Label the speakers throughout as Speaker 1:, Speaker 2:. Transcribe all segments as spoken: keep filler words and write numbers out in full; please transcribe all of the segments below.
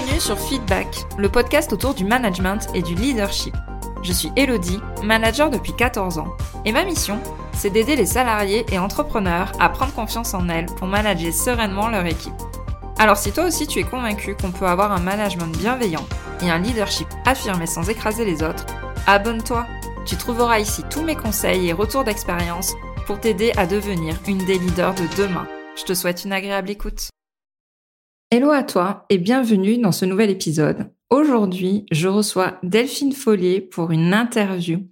Speaker 1: Bienvenue sur Feedback, le podcast autour du management et du leadership. Je suis Elodie, manager depuis quatorze ans, et ma mission, c'est d'aider les salariés et entrepreneurs à prendre confiance en elles pour manager sereinement leur équipe. Alors si toi aussi tu es convaincu qu'on peut avoir un management bienveillant et un leadership affirmé sans écraser les autres, abonne-toi. Tu trouveras ici tous mes conseils et retours d'expérience pour t'aider à devenir une des leaders de demain. Je te souhaite une agréable écoute. Hello à toi et bienvenue dans ce nouvel épisode. Aujourd'hui, je reçois Delphine Follier pour une interview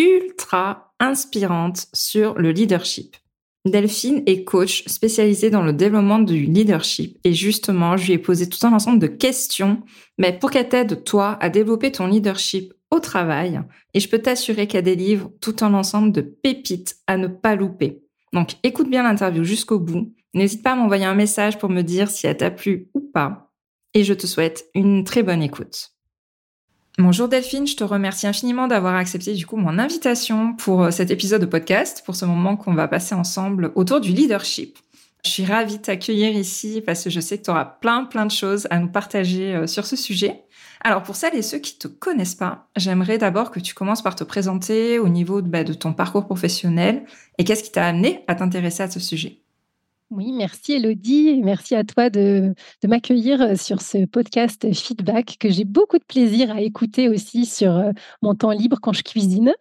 Speaker 1: ultra inspirante sur le leadership. Delphine est coach spécialisée dans le développement du leadership et justement, je lui ai posé tout un ensemble de questions mais pour qu'elle t'aide, toi, à développer ton leadership au travail et je peux t'assurer qu'elle délivre tout un ensemble de pépites à ne pas louper. Donc, écoute bien l'interview jusqu'au bout. N'hésite pas à m'envoyer un message pour me dire si elle t'a plu ou pas. Et je te souhaite une très bonne écoute. Bonjour Delphine, je te remercie infiniment d'avoir accepté du coup mon invitation pour cet épisode de podcast, pour ce moment qu'on va passer ensemble autour du leadership. Je suis ravie de t'accueillir ici parce que je sais que tu auras plein plein de choses à nous partager sur ce sujet. Alors pour celles et ceux qui te connaissent pas, j'aimerais d'abord que tu commences par te présenter au niveau de, bah, de ton parcours professionnel et qu'est-ce qui t'a amené à t'intéresser à ce sujet.
Speaker 2: Oui, merci Elodie et merci à toi de, de m'accueillir sur ce podcast Feedback que j'ai beaucoup de plaisir à écouter aussi sur mon temps libre quand je cuisine.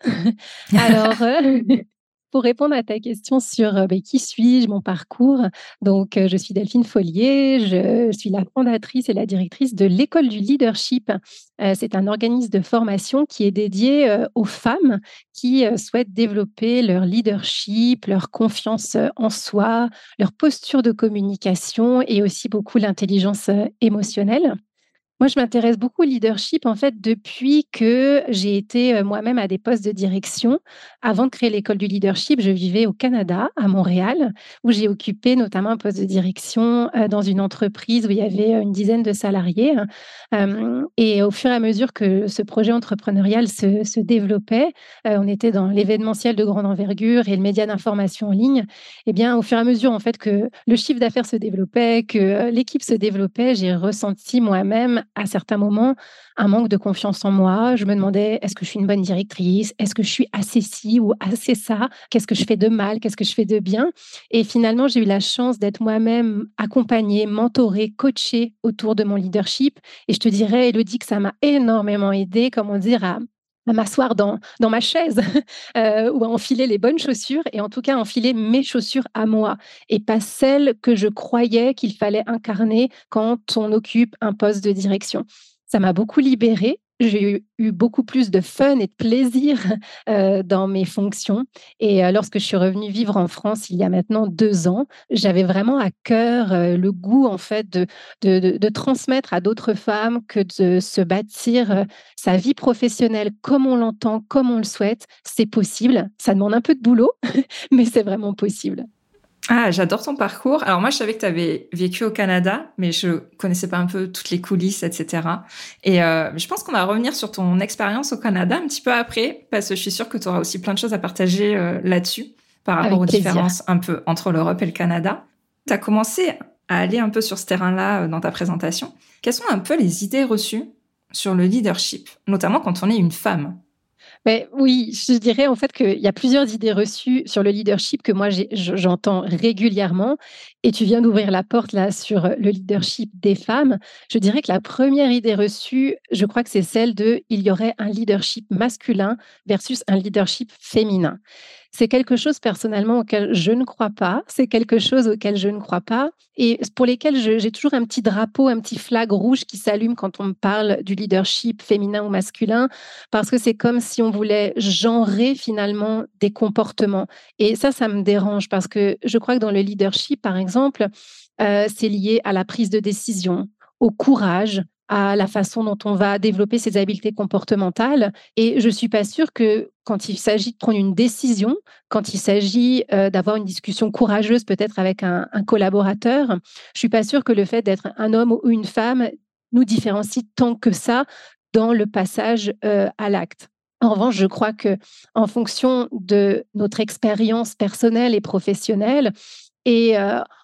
Speaker 2: Alors, euh, pour répondre à ta question sur euh, ben, qui suis-je, mon parcours, donc euh, je suis Delphine Follier, je suis la fondatrice et la directrice de l'École du Leadership. Euh, c'est un organisme de formation qui est dédié euh, aux femmes qui euh, souhaitent développer leur leadership, leur confiance euh, en soi, leur posture de communication et aussi beaucoup l'intelligence euh, émotionnelle. Moi, je m'intéresse beaucoup au leadership, en fait, depuis que j'ai été euh, moi-même à des postes de direction. Avant de créer l'école du leadership, je vivais au Canada, à Montréal, où j'ai occupé notamment un poste de direction euh, dans une entreprise où il y avait euh, une dizaine de salariés. Euh, et au fur et à mesure que ce projet entrepreneurial se, se développait, euh, on était dans l'événementiel de grande envergure et le média d'information en ligne. Eh bien, au fur et à mesure, en fait, que le chiffre d'affaires se développait, que euh, l'équipe se développait, j'ai ressenti moi-même à certains moments un manque de confiance en moi. Je me demandais, est-ce que je suis une bonne directrice? Est-ce que je suis assez ci ou assez ça? Qu'est-ce que je fais de mal? Qu'est-ce que je fais de bien? Et finalement, j'ai eu la chance d'être moi-même accompagnée, mentorée, coachée autour de mon leadership. Et je te dirais, Elodie, que ça m'a énormément aidée, comment dire, à à m'asseoir dans, dans ma chaise euh, ou à enfiler les bonnes chaussures et en tout cas enfiler mes chaussures à moi et pas celles que je croyais qu'il fallait incarner quand on occupe un poste de direction. Ça m'a beaucoup libérée. J'ai eu, eu beaucoup plus de fun et de plaisir euh, dans mes fonctions. Et euh, lorsque je suis revenue vivre en France il y a maintenant deux ans, j'avais vraiment à cœur euh, le goût en fait de, de, de, de transmettre à d'autres femmes que de se bâtir euh, sa vie professionnelle comme on l'entend, comme on le souhaite. C'est possible. Ça demande un peu de boulot, mais c'est vraiment possible.
Speaker 1: Ah, j'adore ton parcours. Alors moi, je savais que tu avais vécu au Canada, mais je connaissais pas un peu toutes les coulisses, et cetera. Et euh, je pense qu'on va revenir sur ton expérience au Canada un petit peu après, parce que je suis sûre que tu auras aussi plein de choses à partager euh, là-dessus, par rapport
Speaker 2: Avec
Speaker 1: aux
Speaker 2: plaisir.
Speaker 1: différences un peu entre l'Europe et le Canada. Tu as commencé à aller un peu sur ce terrain-là euh, dans ta présentation. Quelles sont un peu les idées reçues sur le leadership, notamment quand on est une femme ?
Speaker 2: Mais oui, je dirais en fait qu'il y a plusieurs idées reçues sur le leadership que moi j'ai- je- j'entends régulièrement. Et tu viens d'ouvrir la porte là sur le leadership des femmes. Je dirais que la première idée reçue, je crois que c'est celle de il y aurait un leadership masculin versus un leadership féminin. C'est quelque chose personnellement auquel je ne crois pas. C'est quelque chose auquel je ne crois pas et pour lesquels je- j'ai toujours un petit drapeau, un petit flag rouge qui s'allume quand on me parle du leadership féminin ou masculin, parce que c'est comme si on voulait genrer finalement des comportements. Et ça, ça me dérange parce que je crois que dans le leadership, par exemple, euh, c'est lié à la prise de décision, au courage, à la façon dont on va développer ses habiletés comportementales. Et je ne suis pas sûre que quand il s'agit de prendre une décision, quand il s'agit euh, d'avoir une discussion courageuse peut-être avec un, un collaborateur, je ne suis pas sûre que le fait d'être un homme ou une femme nous différencie tant que ça dans le passage euh, à l'acte. En revanche, je crois que en fonction de notre expérience personnelle et professionnelle, et euh,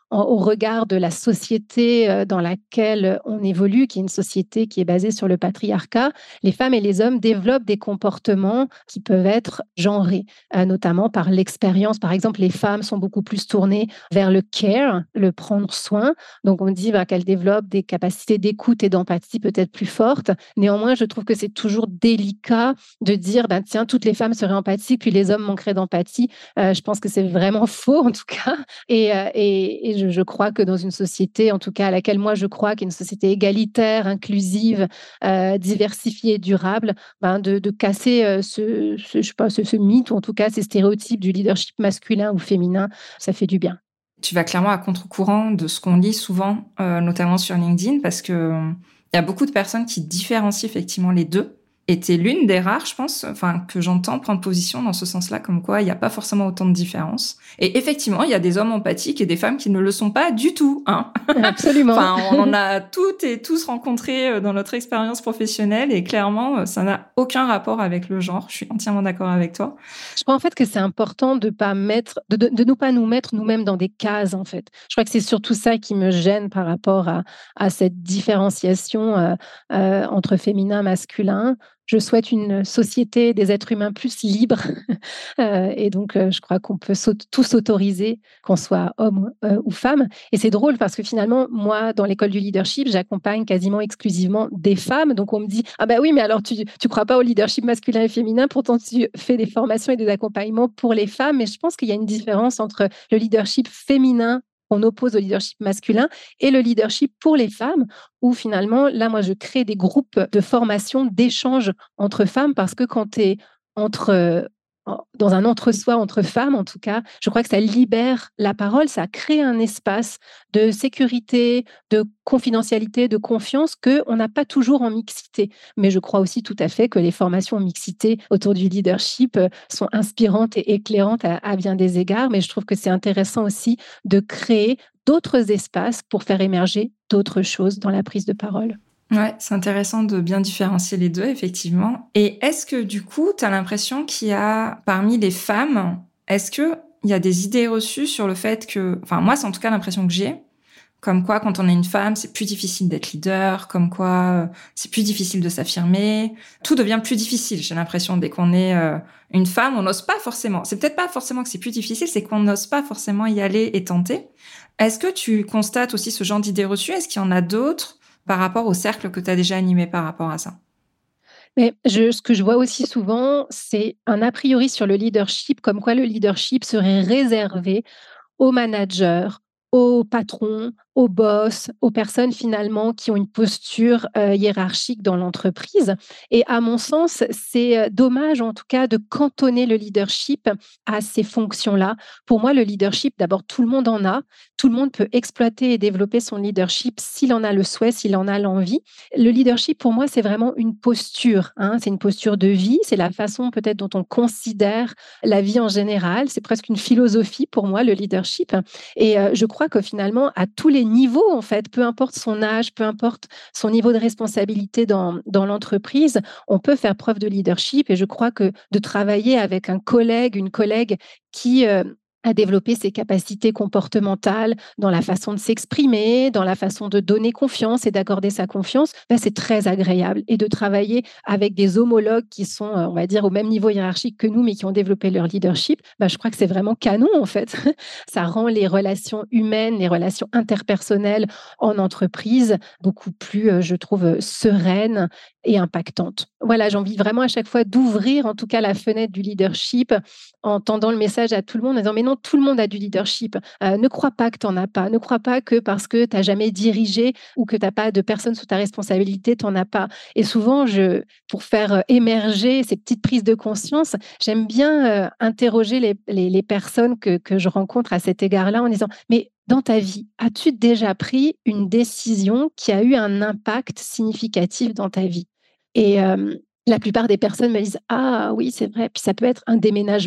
Speaker 2: en, au regard de la société euh, dans laquelle on évolue, qui est une société qui est basée sur le patriarcat, les femmes et les hommes développent des comportements qui peuvent être genrés, euh, notamment par l'expérience. Par exemple, les femmes sont beaucoup plus tournées vers le care, le prendre soin. Donc, on dit bah, qu'elles développent des capacités d'écoute et d'empathie peut-être plus fortes. Néanmoins, je trouve que c'est toujours délicat de dire ben, tiens, toutes les femmes seraient empathiques, puis les hommes manqueraient d'empathie. Euh, je pense que c'est vraiment faux, en tout cas. Et, euh, et, et je, je crois que dans une société, en tout cas à laquelle moi je crois, qui est une société égalitaire, inclusive, euh, diversifiée, durable, ben, de, de casser euh, ce, ce, je sais pas, ce, ce mythe, ou en tout cas ces stéréotypes du leadership masculin ou féminin, ça fait du bien.
Speaker 1: Tu vas clairement à contre-courant de ce qu'on lit souvent, euh, notamment sur LinkedIn, parce que euh, y a beaucoup de personnes qui différencient effectivement les deux. Et t'es l'une des rares, je pense, enfin, que j'entends prendre position dans ce sens-là, comme quoi il n'y a pas forcément autant de différence. Et effectivement, il y a des hommes empathiques et des femmes qui ne le sont pas du tout, hein.
Speaker 2: Absolument.
Speaker 1: Enfin, on en a toutes et tous rencontrés dans notre expérience professionnelle et clairement, ça n'a aucun rapport avec le genre. Je suis entièrement d'accord avec toi.
Speaker 2: Je crois en fait que c'est important de pas mettre, de, de, de ne pas nous mettre nous-mêmes dans des cases, en fait. Je crois que c'est surtout ça qui me gêne par rapport à, à cette différenciation euh, euh, entre féminin et masculin. Je souhaite une société des êtres humains plus libres. euh, et donc, euh, je crois qu'on peut tous s'autoriser, qu'on soit homme euh, ou femme. Et c'est drôle parce que finalement, moi, dans l'école du leadership, j'accompagne quasiment exclusivement des femmes. Donc, on me dit, ah ben oui, mais alors tu ne crois pas au leadership masculin et féminin, pourtant tu fais des formations et des accompagnements pour les femmes. Mais je pense qu'il y a une différence entre le leadership féminin qu'on oppose au leadership masculin et le leadership pour les femmes, où finalement, là, moi, je crée des groupes de formation, d'échange entre femmes, parce que quand tu es entre, dans un entre-soi, entre femmes en tout cas, je crois que ça libère la parole, ça crée un espace de sécurité, de confidentialité, de confiance qu'on n'a pas toujours en mixité. Mais je crois aussi tout à fait que les formations en mixité autour du leadership sont inspirantes et éclairantes à, à bien des égards, mais je trouve que c'est intéressant aussi de créer d'autres espaces pour faire émerger d'autres choses dans la prise de parole.
Speaker 1: Ouais, c'est intéressant de bien différencier les deux, effectivement. Et est-ce que, du coup, tu as l'impression qu'il y a, parmi les femmes, est-ce qu'il y a des idées reçues sur le fait que... Enfin, moi, c'est en tout cas l'impression que j'ai, comme quoi, quand on est une femme, c'est plus difficile d'être leader, comme quoi, c'est plus difficile de s'affirmer. Tout devient plus difficile, j'ai l'impression, dès qu'on est euh, une femme, on n'ose pas forcément. C'est peut-être pas forcément que c'est plus difficile, c'est qu'on n'ose pas forcément y aller et tenter. Est-ce que tu constates aussi ce genre d'idées reçues? Est-ce qu'il y en a d'autres par rapport au cercle que tu as déjà animé par rapport à ça?
Speaker 2: Mais je, ce que je vois aussi souvent, c'est un a priori sur le leadership, comme quoi le leadership serait réservé aux managers, aux patrons, aux boss, aux personnes finalement qui ont une posture euh, hiérarchique dans l'entreprise. Et à mon sens, c'est dommage en tout cas de cantonner le leadership à ces fonctions-là. Pour moi, le leadership, d'abord, tout le monde en a. Tout le monde peut exploiter et développer son leadership s'il en a le souhait, s'il en a l'envie. Le leadership, pour moi, c'est vraiment une posture. Hein. C'est une posture de vie. C'est la façon peut-être dont on considère la vie en général. C'est presque une philosophie pour moi, le leadership. Et euh, je crois que finalement, à tous les niveaux, en fait, peu importe son âge, peu importe son niveau de responsabilité dans, dans l'entreprise, on peut faire preuve de leadership. Et je crois que de travailler avec un collègue, une collègue qui... Euh, à développer ses capacités comportementales dans la façon de s'exprimer, dans la façon de donner confiance et d'accorder sa confiance, ben c'est très agréable. Et de travailler avec des homologues qui sont, on va dire, au même niveau hiérarchique que nous, mais qui ont développé leur leadership, ben je crois que c'est vraiment canon, en fait. Ça rend les relations humaines, les relations interpersonnelles en entreprise beaucoup plus, je trouve, sereines et impactantes. Voilà, j'ai envie vraiment à chaque fois d'ouvrir, en tout cas, la fenêtre du leadership en tendant le message à tout le monde en disant mais non, tout le monde a du leadership. Euh, ne crois pas que tu n'en as pas. Ne crois pas que parce que tu n'as jamais dirigé ou que tu n'as pas de personnes sous ta responsabilité, tu n'en as pas. Et souvent, je, pour faire émerger ces petites prises de conscience, j'aime bien euh, interroger les, les, les personnes que, que je rencontre à cet égard-là en disant mais dans ta vie, as-tu déjà pris une décision qui a eu un impact significatif dans ta vie? Et euh, la plupart des personnes me disent « Ah oui, c'est vrai ». Puis ça peut être un déménagement,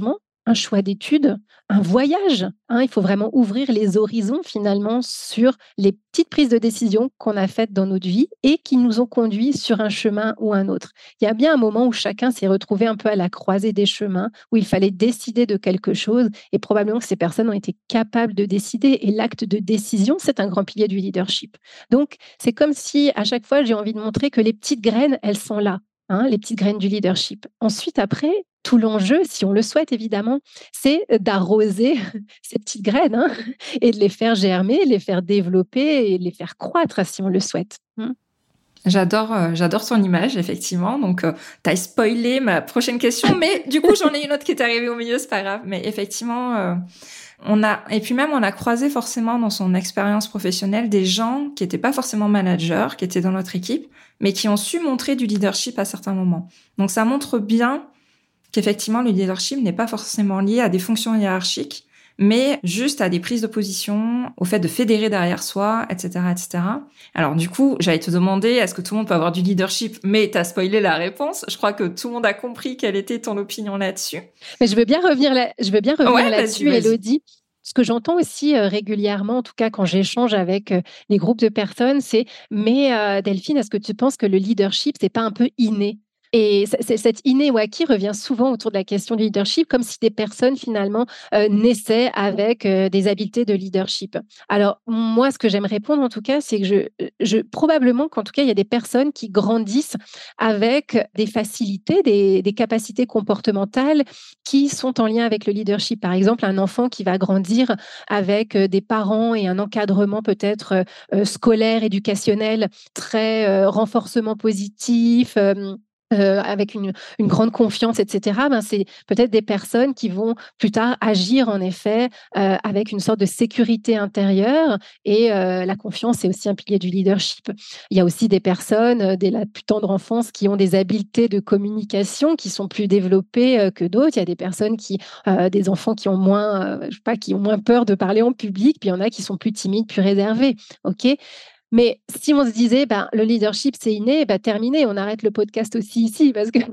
Speaker 2: un choix d'études, un voyage. Hein, il faut vraiment ouvrir les horizons finalement sur les petites prises de décision qu'on a faites dans notre vie et qui nous ont conduits sur un chemin ou un autre. Il y a bien un moment où chacun s'est retrouvé un peu à la croisée des chemins, où il fallait décider de quelque chose et probablement que ces personnes ont été capables de décider. Et l'acte de décision, c'est un grand pilier du leadership. Donc, c'est comme si à chaque fois, j'ai envie de montrer que les petites graines, elles sont là. Hein, les petites graines du leadership. Ensuite, après, tout l'enjeu, si on le souhaite évidemment, c'est d'arroser ces petites graines hein, et de les faire germer, les faire développer et les faire croître si on le souhaite. Mmh.
Speaker 1: J'adore, euh, j'adore ton image, effectivement. Donc, euh, t'as spoilé ma prochaine question, mais du coup, j'en ai une autre qui est arrivée au milieu, c'est pas grave. Mais effectivement, euh, on a, et puis même, on a croisé forcément dans son expérience professionnelle des gens qui étaient pas forcément managers, qui étaient dans notre équipe, mais qui ont su montrer du leadership à certains moments. Donc, ça montre bien qu'effectivement, le leadership n'est pas forcément lié à des fonctions hiérarchiques, mais juste à des prises de position, au fait de fédérer derrière soi, et cetera, et cetera. Alors du coup, j'allais te demander, est-ce que tout le monde peut avoir du leadership? Mais t'as spoilé la réponse. Je crois que tout le monde a compris quelle était ton opinion là-dessus.
Speaker 2: Mais je veux bien revenir, là, je veux bien revenir
Speaker 1: Ouais,
Speaker 2: là-dessus,
Speaker 1: vas-y, vas-y.
Speaker 2: Élodie. Ce que j'entends aussi euh, régulièrement, en tout cas quand j'échange avec euh, les groupes de personnes, c'est « Mais euh, Delphine, est-ce que tu penses que le leadership, c'est pas un peu inné ?» Et c- c- cet inné ou acquis revient souvent autour de la question du leadership, comme si des personnes finalement euh, naissaient avec euh, des habiletés de leadership. Alors moi, ce que j'aime répondre en tout cas, c'est que je, je probablement qu'en tout cas, il y a des personnes qui grandissent avec des facilités, des, des capacités comportementales qui sont en lien avec le leadership. Par exemple, un enfant qui va grandir avec euh, des parents et un encadrement peut-être euh, scolaire, éducationnel, très euh, renforcement positif. Euh, euh, avec une, une grande confiance, et cetera, ben c'est peut-être des personnes qui vont plus tard agir en effet euh, avec une sorte de sécurité intérieure et euh, la confiance est aussi un pilier du leadership. Il y a aussi des personnes euh, dès la plus tendre enfance qui ont des habiletés de communication qui sont plus développées euh, que d'autres. Il y a des personnes qui, euh, des enfants qui ont moins, euh, je sais pas, qui ont moins peur de parler en public, puis il y en a qui sont plus timides, plus réservés. Ok. Mais si on se disait, ben, le leadership, c'est inné, ben, terminé, on arrête le podcast aussi ici, parce que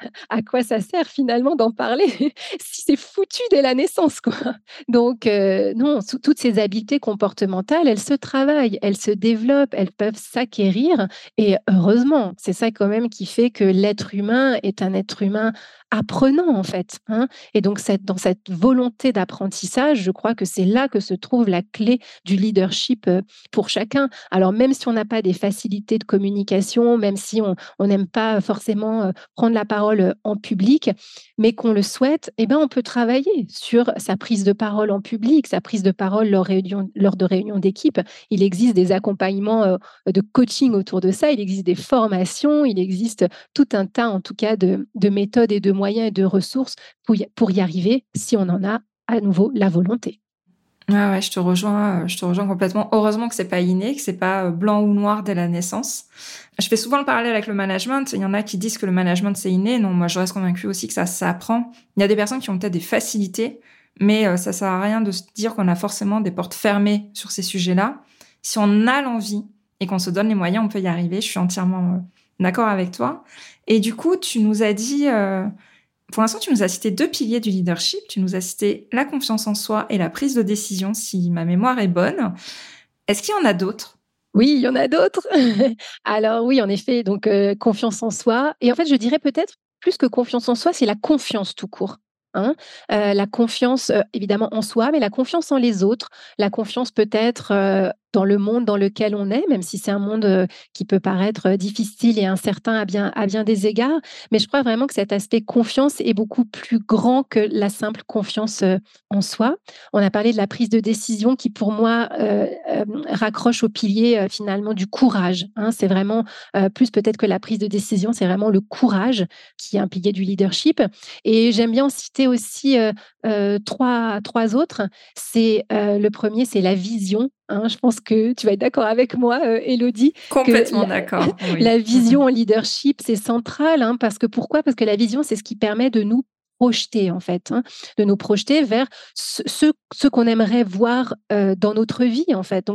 Speaker 2: à quoi ça sert finalement d'en parler si c'est foutu dès la naissance, quoi. Donc, euh, non, sous- toutes ces habiletés comportementales, elles se travaillent, elles se développent, elles peuvent s'acquérir. Et heureusement, c'est ça quand même qui fait que l'être humain est un être humain apprenant, en fait. Hein. Et donc, cette, dans cette volonté d'apprentissage, je crois que c'est là que se trouve la clé du leadership euh, pour chacun. Alors, même si on n'a pas des facilités de communication, même si on on n'aime pas forcément euh, prendre la parole euh, en public, mais qu'on le souhaite, eh ben, on peut travailler sur sa prise de parole en public, sa prise de parole lors, réunion- lors de réunions d'équipe. Il existe des accompagnements euh, de coaching autour de ça, il existe des formations, il existe tout un tas, en tout cas, de, de méthodes et de moyens et de ressources pour y, pour y arriver si on en a à nouveau la volonté.
Speaker 1: Ouais, ouais, je te rejoins, euh, je te rejoins complètement. Heureusement que c'est pas inné, que c'est pas euh, blanc ou noir dès la naissance. Je fais souvent le parallèle avec le management. Il y en a qui disent que le management c'est inné. Non, moi je reste convaincue aussi que ça s'apprend. Il y a des personnes qui ont peut-être des facilités, mais euh, ça sert à rien de se dire qu'on a forcément des portes fermées sur ces sujets-là. Si on a l'envie et qu'on se donne les moyens, on peut y arriver. Je suis entièrement euh, d'accord avec toi. Et du coup, tu nous as dit, euh, pour l'instant, tu nous as cité deux piliers du leadership. Tu nous as cité la confiance en soi et la prise de décision, si ma mémoire est bonne. Est-ce qu'il y en a d'autres?
Speaker 2: Oui, il y en a d'autres. Alors oui, en effet, donc euh, confiance en soi. Et en fait, je dirais peut-être plus que confiance en soi, c'est la confiance tout court. Hein. Euh, la confiance, euh, évidemment, en soi, mais la confiance en les autres, la confiance peut-être euh, dans le monde dans lequel on est, même si c'est un monde euh, qui peut paraître euh, difficile et incertain à bien, à bien des égards. Mais je crois vraiment que cet aspect confiance est beaucoup plus grand que la simple confiance euh, en soi. On a parlé de la prise de décision qui, pour moi, euh, euh, raccroche au pilier euh, finalement du courage. Hein. C'est vraiment euh, plus peut-être que la prise de décision, c'est vraiment le courage qui est un pilier du leadership. Et j'aime bien en citer aussi euh, euh, trois, trois autres. C'est euh, le premier, c'est la vision. Hein. Je pense que tu vas être d'accord avec moi, euh, Élodie, que
Speaker 1: Complètement
Speaker 2: la,
Speaker 1: d'accord, oui.
Speaker 2: la vision en leadership, c'est central. Hein, parce que pourquoi? Parce que la vision, c'est ce qui permet de nous projeter en fait, hein, de nous projeter vers ce, ce, ce qu'on aimerait voir euh, dans notre vie en fait. Donc ça,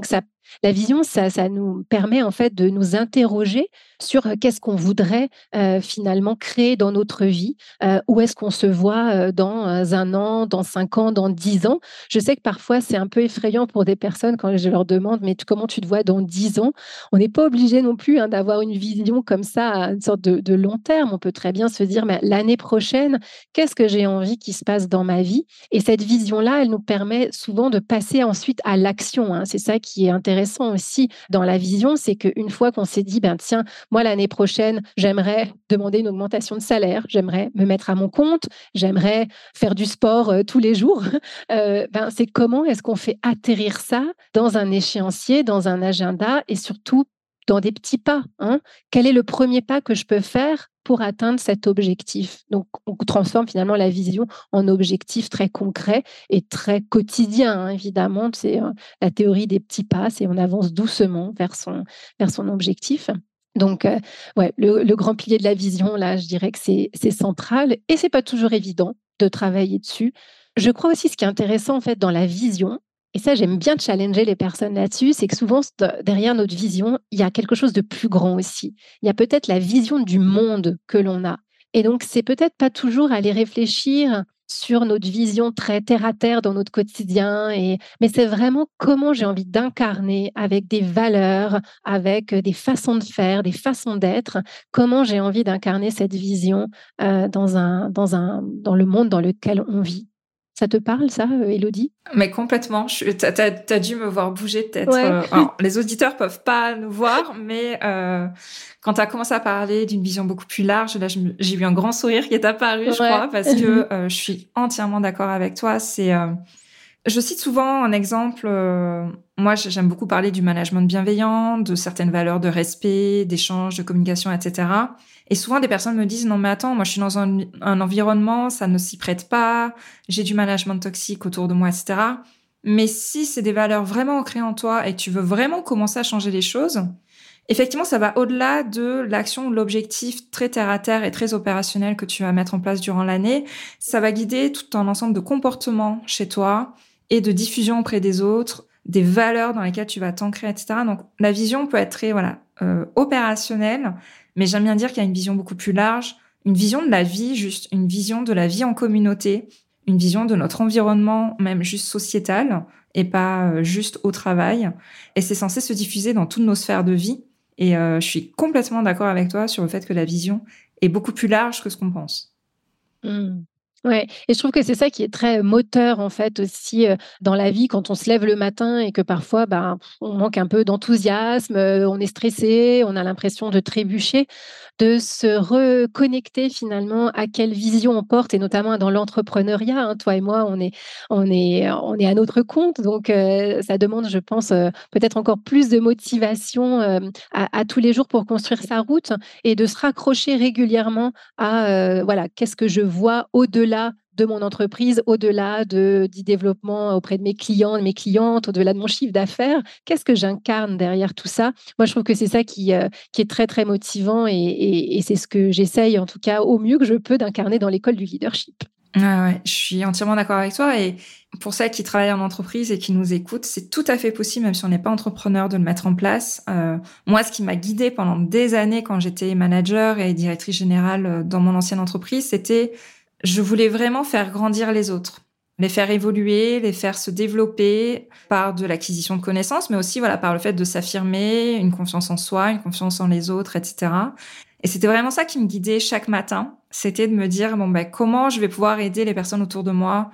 Speaker 2: La vision, ça, ça nous permet en fait de nous interroger sur euh, qu'est-ce qu'on voudrait euh, finalement créer dans notre vie, euh, où est-ce qu'on se voit euh, dans euh, un an, dans cinq ans, dans dix ans. Je sais que parfois c'est un peu effrayant pour des personnes quand je leur demande mais tu- comment tu te vois dans dix ans. On n'est pas obligé non plus hein, d'avoir une vision comme ça, à une sorte de, de long terme. On peut très bien se dire mais l'année prochaine, qu'est-ce que j'ai envie qu'il se passe dans ma vie? Et cette vision-là, elle nous permet souvent de passer ensuite à l'action, hein. C'est ça qui est intéressant aussi dans la vision, c'est qu'une fois qu'on s'est dit, ben tiens, moi l'année prochaine, j'aimerais demander une augmentation de salaire, j'aimerais me mettre à mon compte, j'aimerais faire du sport euh, tous les jours. Euh, ben, c'est comment est-ce qu'on fait atterrir ça dans un échéancier, dans un agenda et surtout dans des petits pas, hein. Quel est le premier pas que je peux faire pour atteindre cet objectif? Donc, on transforme finalement la vision en objectif très concret et très quotidien, hein, évidemment. C'est euh, la théorie des petits pas, c'est on avance doucement vers son, vers son objectif. Donc, euh, ouais, le, le grand pilier de la vision, là, je dirais que c'est c'est central et c'est pas toujours évident de travailler dessus. Je crois aussi ce qui est intéressant en fait dans la vision, et ça j'aime bien challenger les personnes là-dessus, c'est que souvent st- derrière notre vision, il y a quelque chose de plus grand aussi. Il y a peut-être la vision du monde que l'on a. Et donc c'est peut-être pas toujours aller réfléchir sur notre vision très terre à terre dans notre quotidien, et... mais c'est vraiment comment j'ai envie d'incarner avec des valeurs, avec des façons de faire, des façons d'être, comment j'ai envie d'incarner cette vision euh, dans, un, dans, un, dans le monde dans lequel on vit. Ça te parle, ça, euh, Élodie?
Speaker 1: Mais complètement. Je, t'as, t'as, t'as dû me voir bouger peut-être.
Speaker 2: Ouais.
Speaker 1: euh, alors, les auditeurs peuvent pas nous voir, mais euh, quand t'as commencé à parler d'une vision beaucoup plus large, là, je me- j'ai eu un grand sourire qui est apparu, je
Speaker 2: Ouais.
Speaker 1: crois, parce que euh, je suis entièrement d'accord avec toi. C'est, euh, je cite souvent un exemple. euh, moi, j'aime beaucoup parler du management bienveillant, de certaines valeurs de respect, d'échange, de communication, et cetera. Et souvent, des personnes me disent, non, mais attends, moi, je suis dans un, un environnement, ça ne s'y prête pas, j'ai du management toxique autour de moi, et cetera. Mais si c'est des valeurs vraiment ancrées en toi et que tu veux vraiment commencer à changer les choses, effectivement, ça va au-delà de l'action ou l'objectif très terre-à-terre et très opérationnel que tu vas mettre en place durant l'année. Ça va guider tout un ensemble de comportements chez toi et de diffusion auprès des autres, des valeurs dans lesquelles tu vas t'ancrer, et cetera. Donc, la vision peut être très, voilà, euh, opérationnelle, mais j'aime bien dire qu'il y a une vision beaucoup plus large, une vision de la vie, juste une vision de la vie en communauté, une vision de notre environnement, même juste sociétal, et pas euh, juste au travail. Et c'est censé se diffuser dans toutes nos sphères de vie. Et euh, je suis complètement d'accord avec toi sur le fait que la vision est beaucoup plus large que ce qu'on pense.
Speaker 2: Mmh. Ouais, et je trouve que c'est ça qui est très moteur en fait aussi euh, dans la vie quand on se lève le matin et que parfois ben, on manque un peu d'enthousiasme, euh, on est stressé, on a l'impression de trébucher, de se reconnecter finalement à quelle vision on porte et notamment dans l'entrepreneuriat, hein. Toi et moi, on est, on est, on est à notre compte, donc euh, ça demande, je pense, euh, peut-être encore plus de motivation euh, à, à tous les jours pour construire sa route et de se raccrocher régulièrement à euh, voilà, qu'est-ce que je vois au-delà de mon entreprise, au-delà de, du développement auprès de mes clients, de mes clientes, au-delà de mon chiffre d'affaires. Qu'est-ce que j'incarne derrière tout ça? Moi, je trouve que c'est ça qui, euh, qui est très, très motivant et, et, et c'est ce que j'essaye, en tout cas, au mieux que je peux, d'incarner dans l'école du leadership.
Speaker 1: Ah ouais, je suis entièrement d'accord avec toi. Et pour celles qui travaillent en entreprise et qui nous écoutent, c'est tout à fait possible, même si on n'est pas entrepreneur, de le mettre en place. Euh, moi, ce qui m'a guidée pendant des années quand j'étais manager et directrice générale dans mon ancienne entreprise, c'était je voulais vraiment faire grandir les autres, les faire évoluer, les faire se développer par de l'acquisition de connaissances, mais aussi voilà par le fait de s'affirmer, une confiance en soi, une confiance en les autres, et cetera. Et c'était vraiment ça qui me guidait chaque matin. C'était de me dire bon ben comment je vais pouvoir aider les personnes autour de moi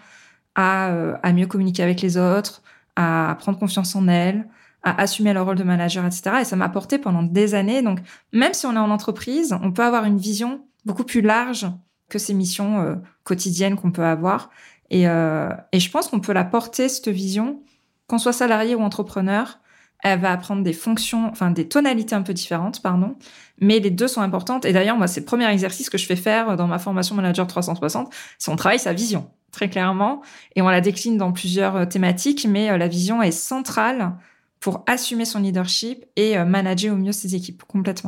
Speaker 1: à euh, à mieux communiquer avec les autres, à prendre confiance en elles, à assumer leur rôle de manager, et cetera. Et ça m'a porté pendant des années. Donc même si on est en entreprise, on peut avoir une vision beaucoup plus large que ces missions euh, quotidiennes qu'on peut avoir. Et, euh, et je pense qu'on peut la porter, cette vision, qu'on soit salarié ou entrepreneur. Elle va apprendre des fonctions, enfin des tonalités un peu différentes, pardon, mais les deux sont importantes. Et d'ailleurs, moi, c'est le premier exercice que je fais faire dans ma formation Manager trois cent soixante, c'est on travaille sa vision, très clairement, et on la décline dans plusieurs thématiques, mais la vision est centrale pour assumer son leadership et manager au mieux ses équipes, complètement.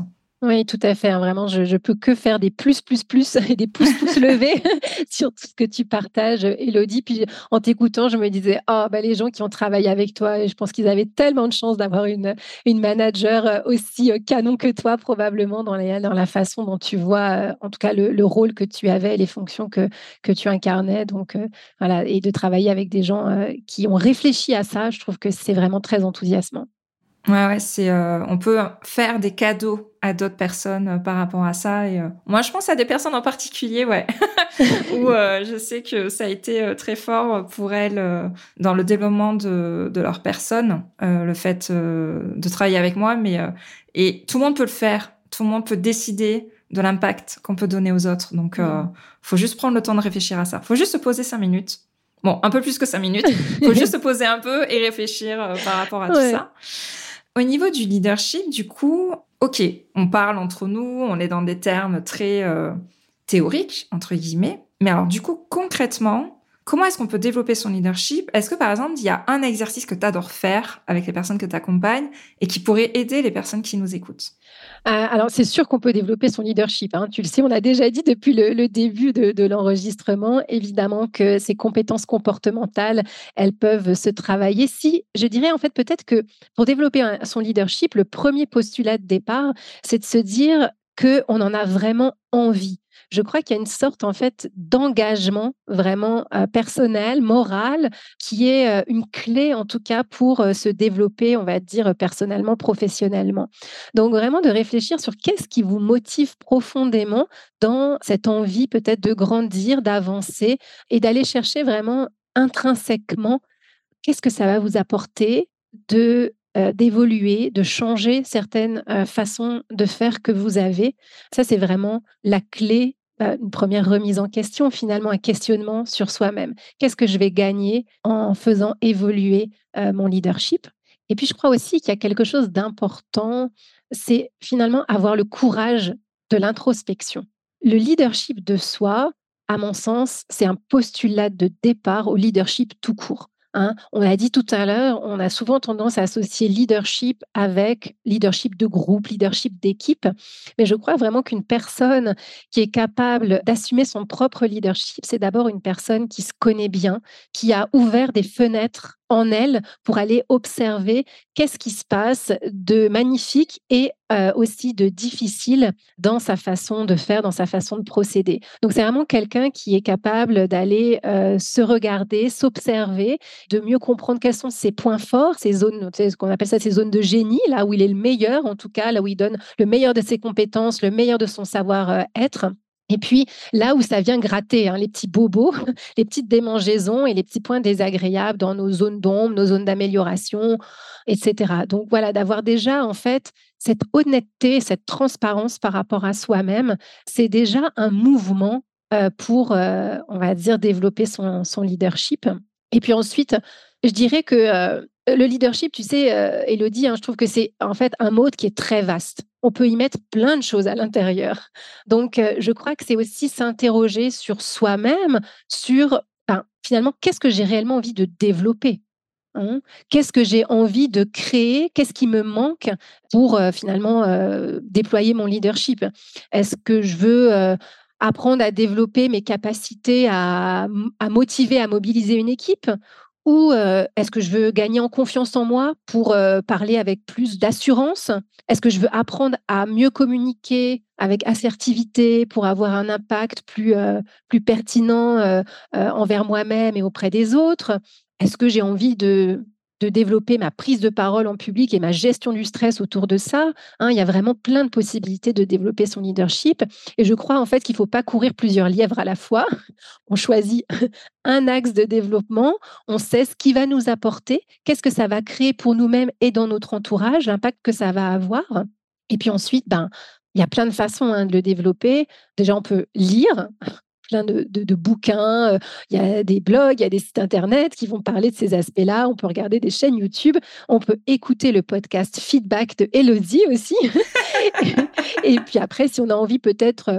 Speaker 2: Oui, tout à fait, hein. Vraiment, je je peux que faire des plus, plus, plus et des pouces, pouces levés sur tout ce que tu partages, Élodie. Puis en t'écoutant, je me disais: «Oh bah, les gens qui ont travaillé avec toi et je pense qu'ils avaient tellement de chance d'avoir une, une manager, heu, aussi, heu, canon que toi probablement dans les dans la façon dont tu vois, heu, en tout cas le le rôle que tu avais, les fonctions que que tu incarnais». Donc heu, voilà, et de travailler avec des gens, heu, qui ont réfléchi à ça, je trouve que c'est vraiment très enthousiasmant.
Speaker 1: Ouais, ouais, c'est, heu, on peut faire des cadeaux à d'autres personnes, heu, par rapport à ça et heu, moi, je pense à des personnes en particulier, ouais, où, heu, je sais que ça a été, heu, très fort pour elles, heu, dans le développement de de leur personne, heu, le fait, heu, de travailler avec moi, mais heu et tout le monde peut le faire. Tout le monde peut décider de l'impact qu'on peut donner aux autres, donc heu,
Speaker 2: Mmh.
Speaker 1: faut juste prendre le temps de réfléchir à ça. Faut juste se poser cinq minutes. Bon, un peu plus que cinq minutes. Faut juste se poser un peu et réfléchir, heu, par rapport à tout
Speaker 2: Ouais.
Speaker 1: ça. Au niveau du leadership, du coup, OK, on parle entre nous, on est dans des termes très, heu, «théoriques» entre guillemets. Mais alors du coup, concrètement, comment est-ce qu'on peut développer son leadership? Est-ce que par exemple, il y a un exercice que tu adores faire avec les personnes que tu accompagnes et qui pourrait aider les personnes qui nous écoutent?
Speaker 2: Heu, alors c'est sûr qu'on peut développer son leadership, hein. Tu le sais, on l'a déjà dit depuis le le début de de l'enregistrement. Évidemment que ces compétences comportementales, elles peuvent se travailler. Si je dirais en fait peut-être que pour développer un son leadership, le premier postulat de départ, c'est de se dire qu'on en a vraiment envie. Je crois qu'il y a une sorte en fait d'engagement vraiment, heu, personnel, moral, qui est, heu, une clé en tout cas pour, heu, se développer, on va dire, personnellement, professionnellement. Donc vraiment de réfléchir sur qu'est-ce qui vous motive profondément dans cette envie peut-être de grandir, d'avancer et d'aller chercher vraiment intrinsèquement qu'est-ce que ça va vous apporter de, heu, d'évoluer, de changer certaines, heu, façons de faire que vous avez. Ça, c'est vraiment la clé, heu, une première remise en question, finalement, un questionnement sur soi-même. Qu'est-ce que je vais gagner en faisant évoluer, heu, mon leadership? Et puis, je crois aussi qu'il y a quelque chose d'important, c'est finalement avoir le courage de l'introspection. Le leadership de soi, à mon sens, c'est un postulat de départ au leadership tout court. Hein. On l'a dit tout à l'heure, on a souvent tendance à associer leadership avec leadership de groupe, leadership d'équipe. Mais je crois vraiment qu'une personne qui est capable d'assumer son propre leadership, c'est d'abord une personne qui se connaît bien, qui a ouvert des fenêtres en elle pour aller observer qu'est-ce qui se passe de magnifique et euh, aussi de difficile dans sa façon de faire, dans sa façon de procéder. Donc c'est vraiment quelqu'un qui est capable d'aller euh, se regarder, s'observer, de mieux comprendre quels sont ses points forts, ses zones, tu sais, ce qu'on appelle ça ses zones de génie, là où il est le meilleur, en tout cas, là où il donne le meilleur de ses compétences, le meilleur de son savoir-être. Et puis là où ça vient gratter, hein, les petits bobos, les petites démangeaisons et les petits points désagréables dans nos zones d'ombre, nos zones d'amélioration, et cetera. Donc voilà, d'avoir déjà en fait cette honnêteté, cette transparence par rapport à soi-même, c'est déjà un mouvement euh, pour, euh, on va dire, développer son, son leadership. Et puis ensuite, je dirais que euh, le leadership, tu sais, euh, Élodie, hein, je trouve que c'est en fait un mot qui est très vaste. On peut y mettre plein de choses à l'intérieur. Donc, euh, je crois que c'est aussi s'interroger sur soi-même, sur ben, finalement, qu'est-ce que j'ai réellement envie de développer, hein? Qu'est-ce que j'ai envie de créer? Qu'est-ce qui me manque pour euh, finalement euh, déployer mon leadership? Est-ce que je veux euh, apprendre à développer mes capacités à, à motiver, à mobiliser une équipe? Ou euh, est-ce que je veux gagner en confiance en moi pour euh, parler avec plus d'assurance? Est-ce que je veux apprendre à mieux communiquer avec assertivité pour avoir un impact plus, euh, plus pertinent euh, euh, envers moi-même et auprès des autres? Est-ce que j'ai envie de, de développer ma prise de parole en public et ma gestion du stress autour de ça? Hein, il y a vraiment plein de possibilités de développer son leadership. Et je crois en fait qu'il ne faut pas courir plusieurs lièvres à la fois. On choisit un axe de développement, on sait ce qui va nous apporter, qu'est-ce que ça va créer pour nous-mêmes et dans notre entourage, l'impact que ça va avoir. Et puis ensuite, ben, il y a plein de façons hein, de le développer. Déjà, on peut lire plein de, de, de bouquins, euh, il y a des blogs, il y a des sites internet qui vont parler de ces aspects-là, on peut regarder des chaînes YouTube, on peut écouter le podcast Feedback de Élodie aussi. Et puis après, si on a envie peut-être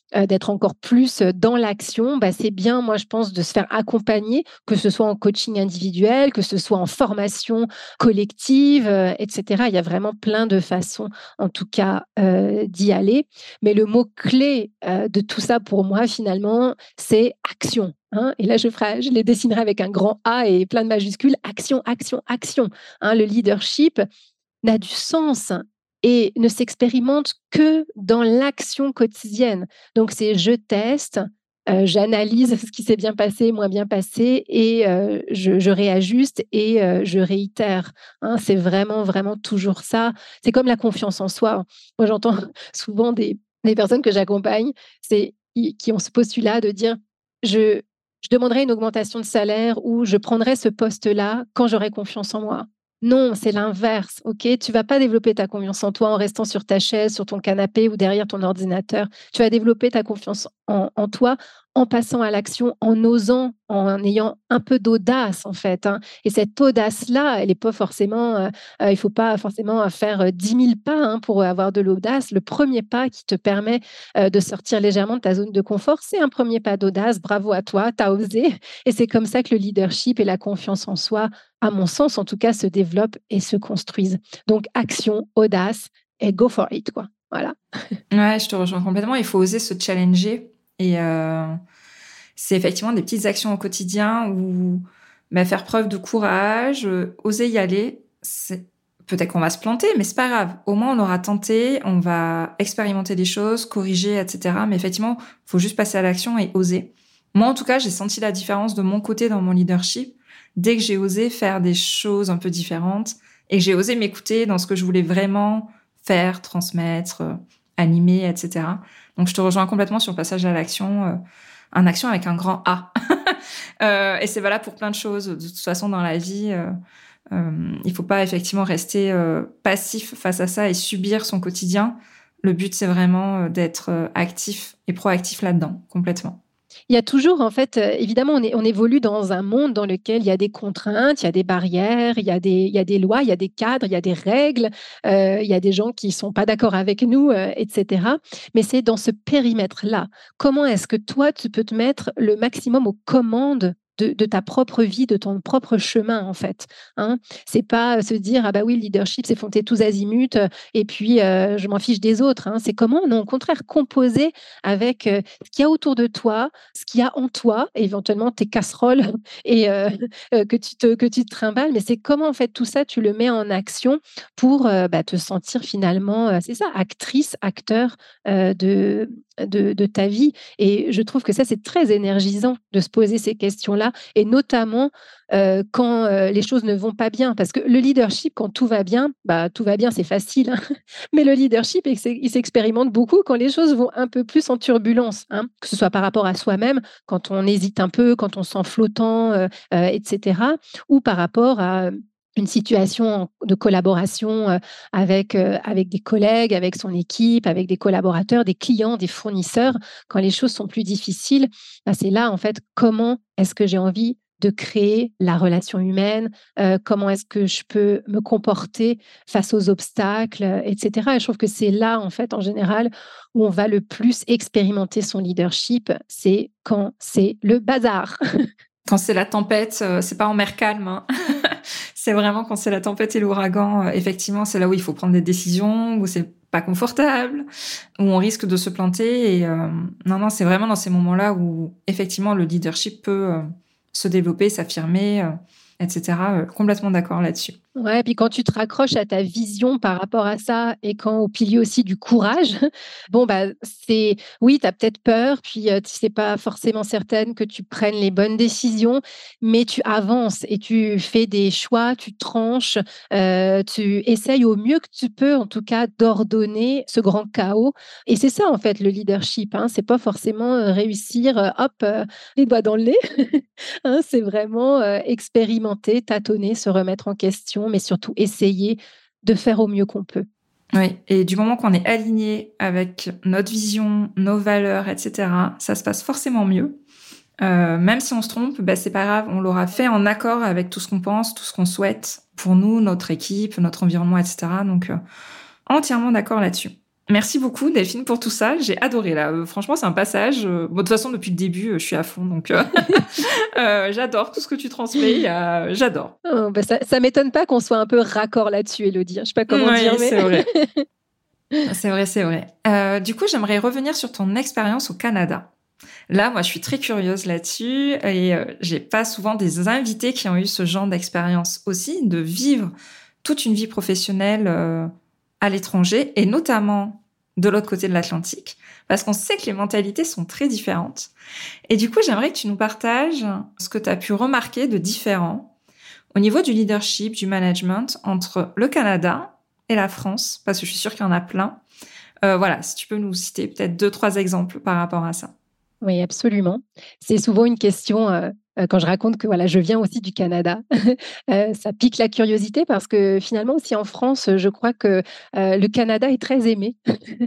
Speaker 2: euh, d'être encore plus dans l'action, bah, c'est bien, moi, je pense, de se faire accompagner, que ce soit en coaching individuel, que ce soit en formation collective, euh, et cetera. Il y a vraiment plein de façons, en tout cas, euh, d'y aller. Mais le mot-clé euh, de tout ça, pour moi, finalement, c'est action. Hein, et là, je, ferai, je les dessinerai avec un grand A et plein de majuscules. Action, action, action. Hein, le leadership n'a du sens et ne s'expérimente que dans l'action quotidienne. Donc, c'est je teste, euh, j'analyse ce qui s'est bien passé, moins bien passé, et euh, je, je réajuste et euh, je réitère. Hein, c'est vraiment, vraiment toujours ça. C'est comme la confiance en soi. Moi, j'entends souvent des, des personnes que j'accompagne c'est, qui ont ce postulat de dire je, je demanderai une augmentation de salaire ou je prendrai ce poste-là quand j'aurai confiance en moi. Non, c'est l'inverse, ok? Tu vas pas développer ta confiance en toi en restant sur ta chaise, sur ton canapé ou derrière ton ordinateur. Tu vas développer ta confiance en, en toi en passant à l'action, en osant, en ayant un peu d'audace, en fait. Hein. Et cette audace-là, elle n'est pas forcément, euh, euh, il faut pas forcément faire euh, dix mille pas hein, pour avoir de l'audace. Le premier pas qui te permet euh, de sortir légèrement de ta zone de confort, c'est un premier pas d'audace. Bravo à toi, tu as osé. Et c'est comme ça que le leadership et la confiance en soi à mon sens, en tout cas, se développent et se construisent. Donc, action, audace et go for it, quoi. Voilà.
Speaker 1: Ouais, je te rejoins complètement. Il faut oser se challenger. Et euh, c'est effectivement des petites actions au quotidien où bah, faire preuve de courage, euh, oser y aller. C'est... Peut-être qu'on va se planter, mais c'est pas grave. Au moins, on aura tenté, on va expérimenter des choses, corriger, et cetera. Mais effectivement, il faut juste passer à l'action et oser. Moi, en tout cas, j'ai senti la différence de mon côté dans mon leadership dès que j'ai osé faire des choses un peu différentes et que j'ai osé m'écouter dans ce que je voulais vraiment faire, transmettre, euh, animer, et cetera. Donc, je te rejoins complètement sur le passage à l'action, euh, un action avec un grand A. euh, et c'est valable pour plein de choses. De toute façon, dans la vie, euh, euh, il faut pas effectivement rester euh, passif face à ça et subir son quotidien. Le but, c'est vraiment euh, d'être euh, actif et proactif là-dedans, complètement.
Speaker 2: Il y a toujours, en fait, euh, évidemment, on, est, on évolue dans un monde dans lequel il y a des contraintes, il y a des barrières, il y a des, il y a des lois, il y a des cadres, il y a des règles, euh, il y a des gens qui ne sont pas d'accord avec nous, euh, et cetera. Mais c'est dans ce périmètre-là. Comment est-ce que toi, tu peux te mettre le maximum aux commandes de, de ta propre vie, de ton propre chemin, en fait. Hein, c'est pas se dire, ah bah oui, le leadership, c'est fonter tous azimuts, euh, et puis euh, je m'en fiche des autres. Hein. C'est comment, non, au contraire, composer avec euh, ce qu'il y a autour de toi, ce qu'il y a en toi, éventuellement tes casseroles et euh, euh, que tu te que tu te trimbales, mais c'est comment en fait tout ça tu le mets en action pour euh, bah, te sentir finalement, euh, c'est ça, actrice, acteur euh, de, de de ta vie. Et je trouve que ça c'est très énergisant de se poser ces questions-là, et notamment euh, quand euh, les choses ne vont pas bien, parce que le leadership quand tout va bien, bah tout va bien, c'est facile. Hein. Mais le leadership, il s'expérimente beaucoup quand les choses vont un peu plus en turbulence, hein, que ce soit par rapport à soi-même, quand on hésite un peu, quand on se sent flottant, euh, euh, et cetera, ou par rapport à une situation de collaboration euh, avec, euh, avec des collègues, avec son équipe, avec des collaborateurs, des clients, des fournisseurs. Quand les choses sont plus difficiles, bah, c'est là, en fait, comment est-ce que j'ai envie de créer la relation humaine, euh, comment est-ce que je peux me comporter face aux obstacles, euh, et cetera. Et je trouve que c'est là, en fait, en général, où on va le plus expérimenter son leadership, c'est quand c'est le bazar.
Speaker 1: Quand c'est la tempête, euh, c'est pas en mer calme. Hein. C'est vraiment quand c'est la tempête et l'ouragan. Euh, effectivement, c'est là où il faut prendre des décisions, où c'est pas confortable, où on risque de se planter. Et euh, non, non, c'est vraiment dans ces moments-là où effectivement le leadership peut euh, se développer, s'affirmer, euh, et cetera. Euh, complètement d'accord là-dessus.
Speaker 2: Ouais, puis quand tu te raccroches à ta vision par rapport à ça et quand au pilier aussi du courage, bon, bah, c'est oui, tu as peut-être peur, puis euh, tu sais pas forcément certaine que tu prennes les bonnes décisions, mais tu avances et tu fais des choix, tu tranches, euh, tu essayes au mieux que tu peux, en tout cas, d'ordonner ce grand chaos. Et c'est ça, en fait, le leadership. Hein, c'est pas forcément euh, réussir, euh, hop, euh, les doigts dans le nez. Hein, c'est vraiment euh, expérimenter, tâtonner, se remettre en question, mais surtout essayer de faire au mieux qu'on peut.
Speaker 1: Oui, et du moment qu'on est aligné avec notre vision, nos valeurs, et cetera, ça se passe forcément mieux. Euh, même si on se trompe, bah, c'est pas grave, on l'aura fait en accord avec tout ce qu'on pense, tout ce qu'on souhaite pour nous, notre équipe, notre environnement, et cetera. Donc, euh, entièrement d'accord là-dessus. Merci beaucoup, Delphine, pour tout ça. J'ai adoré, là. Euh, franchement, c'est un passage. Euh, bon, de toute façon, depuis le début, euh, je suis à fond. Donc, euh, euh, j'adore tout ce que tu transmets. Euh, j'adore.
Speaker 2: Oh, bah ça, ça m'étonne pas qu'on soit un peu raccord là-dessus, Élodie. Je sais pas comment
Speaker 1: Oui,
Speaker 2: dire, mais...
Speaker 1: c'est vrai. C'est vrai, c'est vrai. Euh, du coup, j'aimerais revenir sur ton expérience au Canada. Là, moi, je suis très curieuse là-dessus et euh, j'ai pas souvent des invités qui ont eu ce genre d'expérience aussi, de vivre toute une vie professionnelle euh, à l'étranger et notamment de l'autre côté de l'Atlantique, parce qu'on sait que les mentalités sont très différentes. Et du coup, j'aimerais que tu nous partages ce que tu as pu remarquer de différent au niveau du leadership, du management entre le Canada et la France, parce que je suis sûre qu'il y en a plein. Euh, voilà, si tu peux nous citer peut-être deux, trois exemples par rapport à ça.
Speaker 2: Oui, absolument. C'est souvent une question euh, euh, quand je raconte que voilà, je viens aussi du Canada. Euh, ça pique la curiosité parce que finalement aussi en France, je crois que euh, le Canada est très aimé.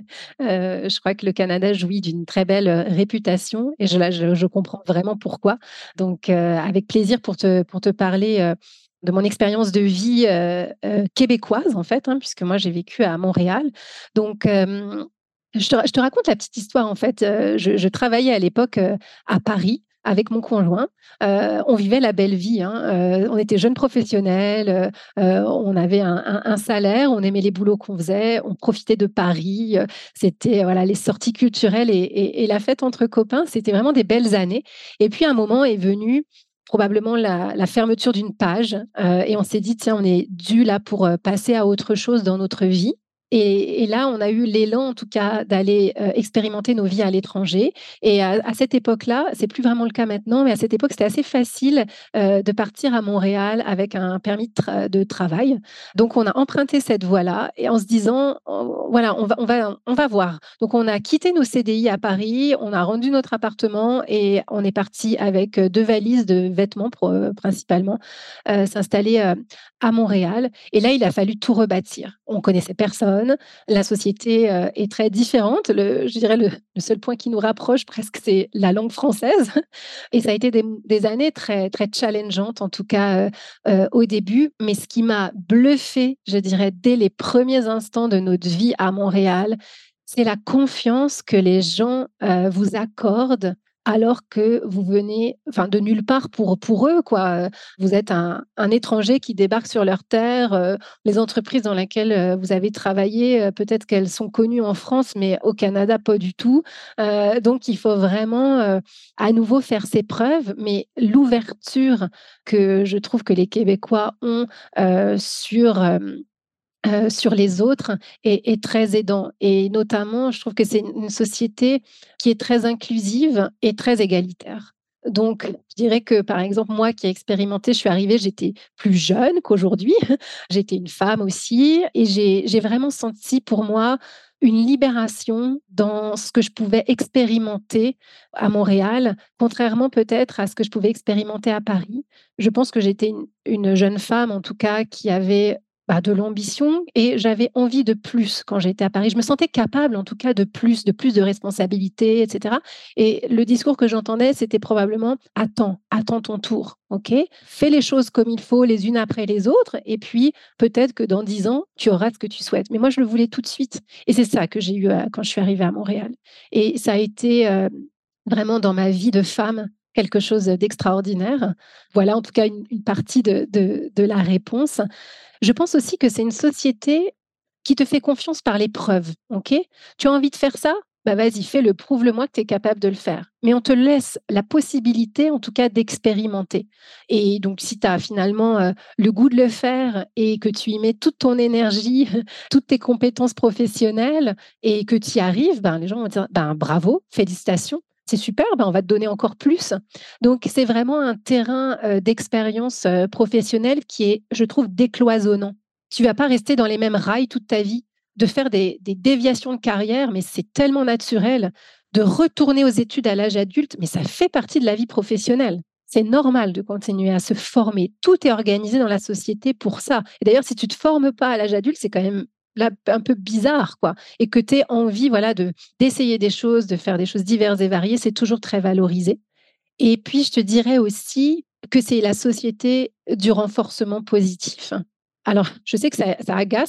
Speaker 2: Euh, je crois que le Canada jouit d'une très belle euh, réputation et je, là, je, je comprends vraiment pourquoi. Donc, euh, avec plaisir pour te, pour te parler euh, de mon expérience de vie euh, euh, québécoise, en fait, hein, puisque moi, j'ai vécu à Montréal. Donc, euh, je te, je te raconte la petite histoire, en fait. Euh, je, je travaillais à l'époque euh, à Paris avec mon conjoint. Euh, on vivait la belle vie, hein. Euh, on était jeunes professionnels, euh, on avait un, un- un salaire, on aimait les boulots qu'on faisait, on profitait de Paris. euh, C'était voilà les sorties culturelles et, et- et la fête entre copains. C'était vraiment des belles années. Et puis un moment est venu probablement la, la fermeture d'une page euh, et on s'est dit tiens on est dû là pour euh, passer à autre chose dans notre vie. Et, et là, on a eu l'élan, en tout cas, d'aller euh, expérimenter nos vies à l'étranger. Et à, à cette époque-là, c'est plus vraiment le cas maintenant, mais à cette époque, c'était assez facile euh, de partir à Montréal avec un permis de, tra- de travail. Donc, on a emprunté cette voie-là et en se disant, oh, voilà, on va, on va, on va voir. Donc, on a quitté nos C D I à Paris, on a rendu notre appartement et on est parti avec deux valises de vêtements pour, euh, principalement euh, s'installer euh, à Montréal. Et là, il a fallu tout rebâtir. On connaissait personne. La société euh, est très différente. Le, je dirais le, le seul point qui nous rapproche presque, c'est la langue française. Et ça a été des, des années très, très challengeantes, en tout cas euh, euh, au début. Mais ce qui m'a bluffé, je dirais, dès les premiers instants de notre vie à Montréal, c'est la confiance que les gens euh, vous accordent alors que vous venez, enfin, de nulle part pour, pour eux, quoi. Vous êtes un, un étranger qui débarque sur leur terre. euh, les entreprises dans lesquelles euh, vous avez travaillé, euh, peut-être qu'elles sont connues en France, mais au Canada, pas du tout. Euh, donc, il faut vraiment euh, à nouveau faire ses preuves, mais l'ouverture que je trouve que les Québécois ont euh, sur... euh, euh, sur les autres est, est très aidant. Et notamment, je trouve que c'est une, une société qui est très inclusive et très égalitaire. Donc, je dirais que, par exemple, moi qui ai expérimenté, je suis arrivée, j'étais plus jeune qu'aujourd'hui. J'étais une femme aussi. Et j'ai j'ai vraiment senti pour moi une libération dans ce que je pouvais expérimenter à Montréal, contrairement peut-être à ce que je pouvais expérimenter à Paris. Je pense que j'étais une, une jeune femme, en tout cas, qui avait bah, de l'ambition et j'avais envie de plus quand j'étais à Paris. Je me sentais capable, en tout cas, de plus, de plus de responsabilités, et cetera. Et le discours que j'entendais, c'était probablement attends, attends ton tour, ok? Fais les choses comme il faut, les unes après les autres, et puis peut-être que dans dix ans, tu auras ce que tu souhaites. Mais moi, je le voulais tout de suite. Et c'est ça que j'ai eu euh, quand je suis arrivée à Montréal. Et ça a été euh, vraiment dans ma vie de femme quelque chose d'extraordinaire. Voilà en tout cas une, une partie de, de, de la réponse. Je pense aussi que c'est une société qui te fait confiance par les preuves. Ok, tu as envie de faire ça? Bah vas-y, fais-le, prouve-le-moi que tu es capable de le faire. Mais on te laisse la possibilité, en tout cas, d'expérimenter. Et donc, si tu as finalement euh, le goût de le faire et que tu y mets toute ton énergie, toutes tes compétences professionnelles et que tu y arrives, ben, les gens vont dire ben, bravo, félicitations. C'est super, ben on va te donner encore plus. Donc, c'est vraiment un terrain euh, d'expérience euh, professionnelle qui est, je trouve, décloisonnant. Tu vas pas rester dans les mêmes rails toute ta vie, de faire des, des déviations de carrière, mais c'est tellement naturel de retourner aux études à l'âge adulte, mais ça fait partie de la vie professionnelle. C'est normal de continuer à se former. Tout est organisé dans la société pour ça. Et d'ailleurs, si tu te formes pas à l'âge adulte, c'est quand même là un peu bizarre, quoi. Et que tu aies envie, voilà, de d'essayer des choses, de faire des choses diverses et variées, c'est toujours très valorisé. Et puis, je te dirais aussi que c'est la société du renforcement positif. Alors, je sais que ça, ça agace,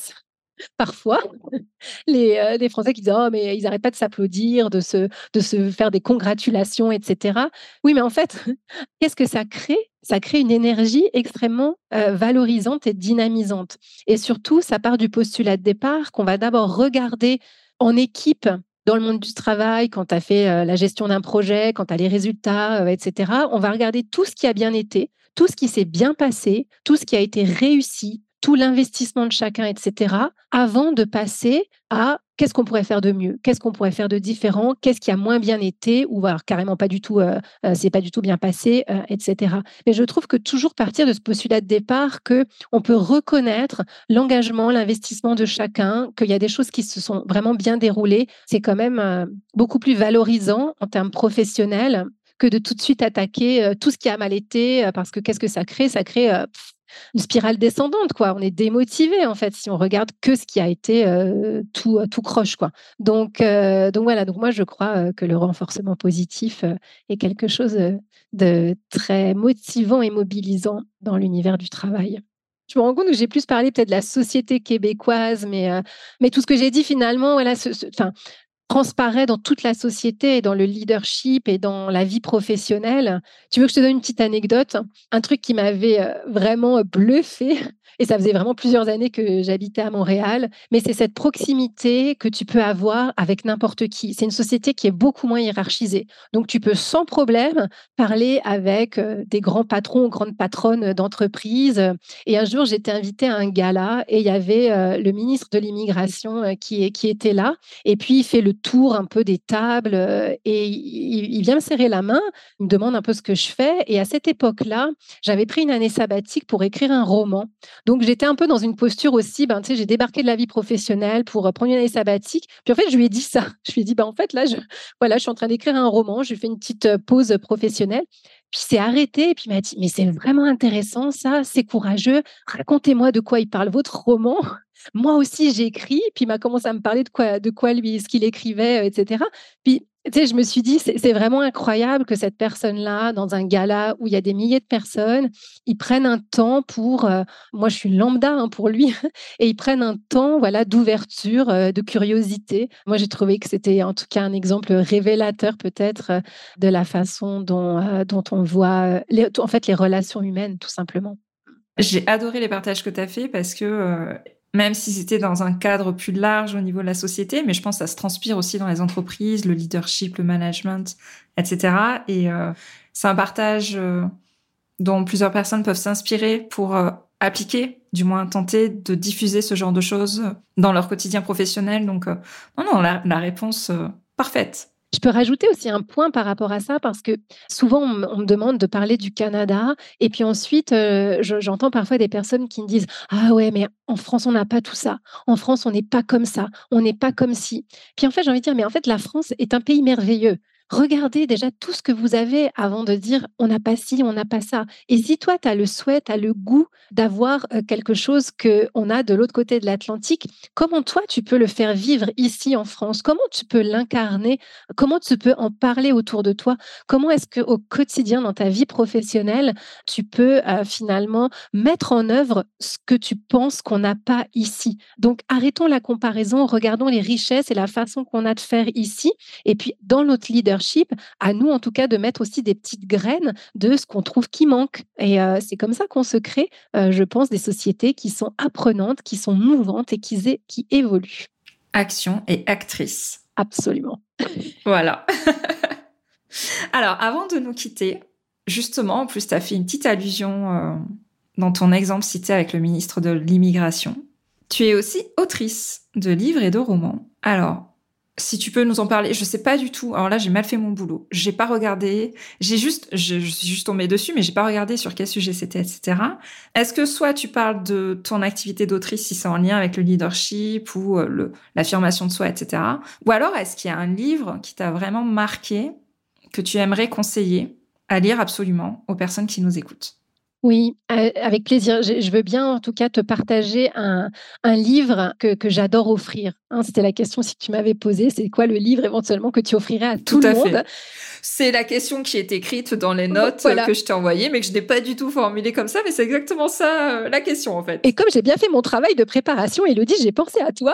Speaker 2: parfois, les, heu, les Français qui disent: «Oh mais ils arrêtent pas de s'applaudir, de se de se faire des congratulations et cetera». Oui, mais en fait, qu'est-ce que ça crée? Ça crée une énergie extrêmement, heu, valorisante et dynamisante et surtout, ça part du postulat de départ qu'on va d'abord regarder en équipe dans le monde du travail, quand tu as fait, heu, la gestion d'un projet, quand tu as les résultats, heu et cetera. On va regarder tout ce qui a bien été, tout ce qui s'est bien passé, tout ce qui a été réussi, tout l'investissement de chacun et cetera, avant de passer à qu'est-ce qu'on pourrait faire de mieux? Qu'est-ce qu'on pourrait faire de différent? Qu'est-ce qui a moins bien été? Ou alors carrément pas du tout, heu heu, c'est pas du tout bien passé, heu et cetera. Mais je trouve que toujours partir de ce postulat de départ qu'on peut reconnaître l'engagement, l'investissement de chacun, qu'il y a des choses qui se sont vraiment bien déroulées, c'est quand même, heu, beaucoup plus valorisant en termes professionnels que de tout de suite attaquer, heu, tout ce qui a mal été, heu, parce que qu'est-ce que ça crée? Ça crée, heu, une spirale descendante, quoi. On est démotivé, en fait, si on regarde que ce qui a été, heu, tout, heu, tout croche, quoi. Donc heu, donc voilà, donc moi je crois, heu, que le renforcement positif, heu, est quelque chose, heu, de très motivant et mobilisant dans l'univers du travail. Je me rends compte que j'ai plus parlé peut-être de la société québécoise, mais heu, mais tout ce que j'ai dit finalement, voilà, ce ce enfin, transparaît dans toute la société et dans le leadership et dans la vie professionnelle. Tu veux que je te donne une petite anecdote? Un truc qui m'avait, heu, vraiment bluffée et ça faisait vraiment plusieurs années que j'habitais à Montréal, mais c'est cette proximité que tu peux avoir avec n'importe qui. C'est une société qui est beaucoup moins hiérarchisée. Donc tu peux sans problème parler avec, heu, des grands patrons ou grandes patronnes d'entreprise, et un jour, j'étais invitée à un gala et il y avait, heu, le ministre de l'immigration, heu, qui est qui était là et puis il fait le tour un peu des tables, heu et il il vient me serrer la main, il me demande un peu ce que je fais et à cette époque-là, j'avais pris une année sabbatique pour écrire un roman. Donc j'étais un peu dans une posture aussi, ben, tu sais, j'ai débarqué de la vie professionnelle pour, heu, prendre une année sabbatique. Puis en fait, je lui ai dit ça. Je lui ai dit: «Bah, en fait, là, je voilà, je suis en train d'écrire un roman». Je lui ai fait une petite, heu, pause professionnelle. Puis il s'est arrêté et puis il m'a dit: «Mais c'est vraiment intéressant ça, c'est courageux. Racontez-moi de quoi il parle votre roman». Moi aussi, j'ai écrit, puis il m'a commencé à me parler de quoi de quoi lui ce qu'il écrivait, heu et cetera. Puis, tu sais, je me suis dit: «C'est c'est vraiment incroyable que cette personne-là, dans un gala où il y a des milliers de personnes, ils prennent un temps pour, heu» moi je suis lambda, hein, pour lui et ils prennent un temps, voilà, d'ouverture, heu, de curiosité. Moi, j'ai trouvé que c'était en tout cas un exemple révélateur peut-être, heu, de la façon dont, heu, dont on voit, heu, les en fait, les relations humaines, tout simplement.
Speaker 1: J'ai adoré les partages que tu as fait parce que, heu, même si c'était dans un cadre plus large au niveau de la société, mais je pense que ça se transpire aussi dans les entreprises, le leadership, le management et cetera et heu, c'est un partage, heu, dont plusieurs personnes peuvent s'inspirer pour, heu, appliquer, du moins tenter de diffuser ce genre de choses, dans leur quotidien professionnel donc heu, non, non, la la réponse, heu, parfaite.
Speaker 2: Je peux rajouter aussi un point par rapport à ça parce que souvent on me on me demande de parler du Canada et puis ensuite, heu, je j'entends parfois des personnes qui me disent: «Ah ouais, mais en France, on n'a pas tout ça. En France, on n'est pas comme ça, on n'est pas comme ci». Puis en fait, j'ai envie de dire: «Mais en fait, la France est un pays merveilleux. Regardez déjà tout ce que vous avez avant de dire: "On n'a pas ci, on n'a pas ça"». Et si toi, tu as le souhait, tu as le goût d'avoir, heu, quelque chose qu'on a de l'autre côté de l'Atlantique, comment toi, tu peux le faire vivre ici en France? Comment tu peux l'incarner? Comment tu peux en parler autour de toi? Comment est-ce qu'au quotidien, dans ta vie professionnelle, tu peux, heu, finalement mettre en œuvre ce que tu penses qu'on n'a pas ici? Donc arrêtons la comparaison, regardons les richesses et la façon qu'on a de faire ici et puis dans notre leadership, à nous en tout cas de mettre aussi des petites graines de ce qu'on trouve qui manque et heu, c'est comme ça qu'on se crée, heu, je pense des sociétés qui sont apprenantes, qui sont mouvantes et qui zé qui évoluent.
Speaker 1: Action et actrice.
Speaker 2: Absolument.
Speaker 1: Voilà. Alors, avant de nous quitter, justement, en plus, tu as fait une petite allusion euh, dans ton exemple cité avec le ministre de l'Immigration. Tu es aussi autrice de livres et de romans. Alors, si tu peux nous en parler, je sais pas du tout. Alors là, j'ai mal fait mon boulot. J'ai pas regardé. J'ai juste, je, je suis juste tombée dessus, mais j'ai pas regardé sur quel sujet c'était, et cetera. Est-ce que soit tu parles de ton activité d'autrice si c'est en lien avec le leadership ou euh, le, l'affirmation de soi, et cetera. Ou alors, est-ce qu'il y a un livre qui t'a vraiment marqué que tu aimerais conseiller à lire absolument aux personnes qui nous écoutent?
Speaker 2: Oui, euh, avec plaisir. Je, je veux bien en tout cas te partager un, un livre que, que j'adore offrir. Hein, c'était la question si tu m'avais posée. C'est quoi le livre éventuellement que tu offrirais à
Speaker 1: Tout
Speaker 2: tout le
Speaker 1: à
Speaker 2: monde?
Speaker 1: fait. C'est la question qui est écrite dans les notes
Speaker 2: Voilà.
Speaker 1: que je t'ai envoyées, mais que je n'ai pas du tout formulée comme ça, mais c'est exactement ça euh, la question en fait.
Speaker 2: Et comme j'ai bien fait mon travail de préparation, Élodie, j'ai pensé à toi.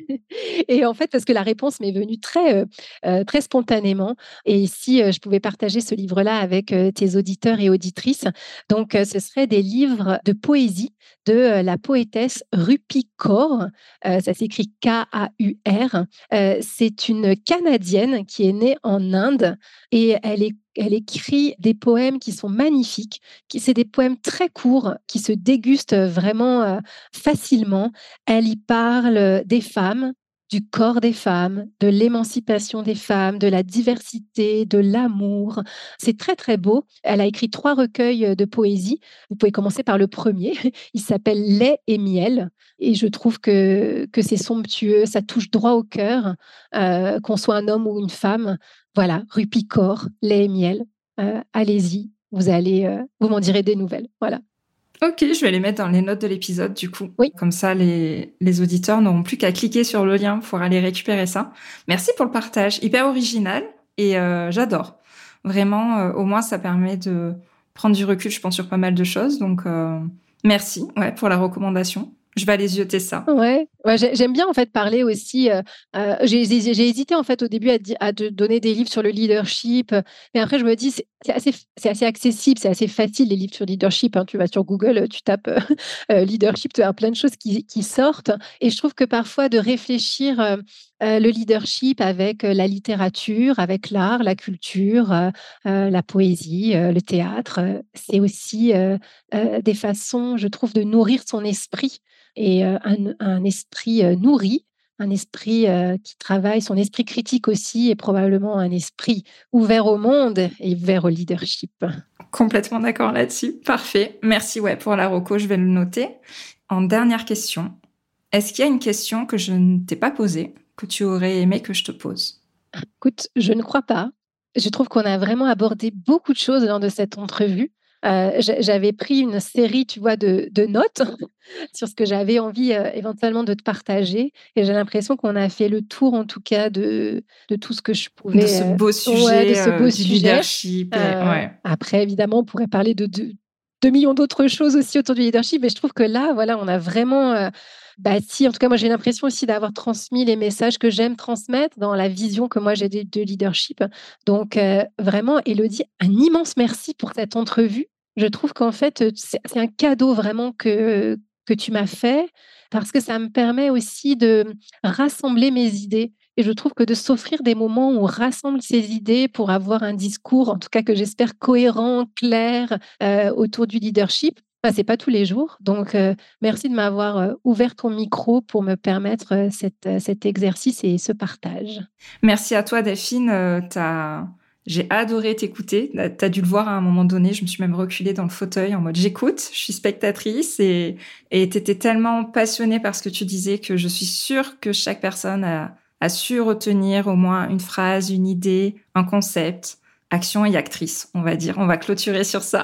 Speaker 2: Et en fait, parce que la réponse m'est venue très, euh, euh, très spontanément. Et si euh, je pouvais partager ce livre-là avec euh, tes auditeurs et auditrices, donc euh, ce serait des livres de poésie de euh, la poétesse Rupi Kaur. Euh, ça s'écrit K A U R. Euh, c'est une Canadienne qui est née en Inde et elle est elle écrit des poèmes qui sont magnifiques, qui c'est des poèmes très courts qui se dégustent vraiment euh, facilement. Elle y parle des femmes, du corps des femmes, de l'émancipation des femmes, de la diversité, de l'amour. C'est très très beau. Elle a écrit trois recueils de poésie. Vous pouvez commencer par le premier. Il s'appelle Lait et miel. Et je trouve que, que c'est somptueux, ça touche droit au cœur, euh, qu'on soit un homme ou une femme. Voilà, Rupi Kaur, Lait et miel. Euh, allez-y, vous allez, euh, vous m'en direz des nouvelles. Voilà.
Speaker 1: Ok, je vais les mettre dans les notes de l'épisode du coup.
Speaker 2: Oui.
Speaker 1: Comme ça, les, les auditeurs n'auront plus qu'à cliquer sur le lien pour aller récupérer ça. Merci pour le partage, hyper original et euh, j'adore. Vraiment, euh, au moins, ça permet de prendre du recul, je pense, sur pas mal de choses. Donc, euh, merci ouais, pour la recommandation. Je vais aller zioter ça.
Speaker 2: Ouais, ouais j'aime bien en fait parler aussi. Euh, euh, j'ai, j'ai hésité en fait au début à, à te donner des livres sur le leadership, mais après je me dis c'est, c'est assez, c'est assez accessible, c'est assez facile les livres sur leadership. Hein. Tu vas sur Google, tu tapes euh, leadership, tu as plein de choses qui, qui sortent. Et je trouve que parfois de réfléchir euh, euh, le leadership avec euh, la littérature, avec l'art, la culture, euh, euh, la poésie, euh, le théâtre, euh, c'est aussi euh, euh, des façons, je trouve, de nourrir son esprit. Et euh, un, un esprit euh, nourri, un esprit euh, qui travaille, son esprit critique aussi, et probablement un esprit ouvert au monde et ouvert au leadership.
Speaker 1: Complètement d'accord là-dessus. Parfait. Merci ouais, pour la reco, je vais le noter. En dernière question, est-ce qu'il y a une question que je ne t'ai pas posée, que tu aurais aimé que je te pose?
Speaker 2: Écoute, je ne crois pas. Je trouve qu'on a vraiment abordé beaucoup de choses lors de cette entrevue. Euh, j'avais pris une série, tu vois, de, de notes sur ce que j'avais envie euh, éventuellement de te partager. Et j'ai l'impression qu'on a fait le tour, en tout cas, de, de tout ce que je pouvais...
Speaker 1: De ce beau
Speaker 2: euh,
Speaker 1: sujet,
Speaker 2: ouais, de ce beau
Speaker 1: euh,
Speaker 2: sujet.
Speaker 1: du leadership. Et,
Speaker 2: euh,
Speaker 1: ouais.
Speaker 2: Après, évidemment, on pourrait parler de deux millions d'autres choses aussi autour du leadership. Mais je trouve que là, voilà, on a vraiment... Euh, Bah si, en tout cas, moi j'ai l'impression aussi d'avoir transmis les messages que j'aime transmettre dans la vision que moi j'ai de, de leadership. Donc euh, vraiment, Élodie, un immense merci pour cette entrevue. Je trouve qu'en fait, c'est, c'est un cadeau vraiment que, que tu m'as fait parce que ça me permet aussi de rassembler mes idées. Et je trouve que de s'offrir des moments où on rassemble ses idées pour avoir un discours, en tout cas que j'espère cohérent, clair, euh, autour du leadership, bah, c'est pas tous les jours. Donc, euh, merci de m'avoir euh, ouvert ton micro pour me permettre euh, cette, euh, cet exercice et ce partage.
Speaker 1: Merci à toi, Delphine. Euh, t'as... J'ai adoré t'écouter. Tu as dû le voir à un moment donné. Je me suis même reculée dans le fauteuil en mode j'écoute, je suis spectatrice et et t'étais tellement passionnée par ce que tu disais que je suis sûre que chaque personne a, a su retenir au moins une phrase, une idée, un concept. Action et actrice, on va dire. On va clôturer sur ça.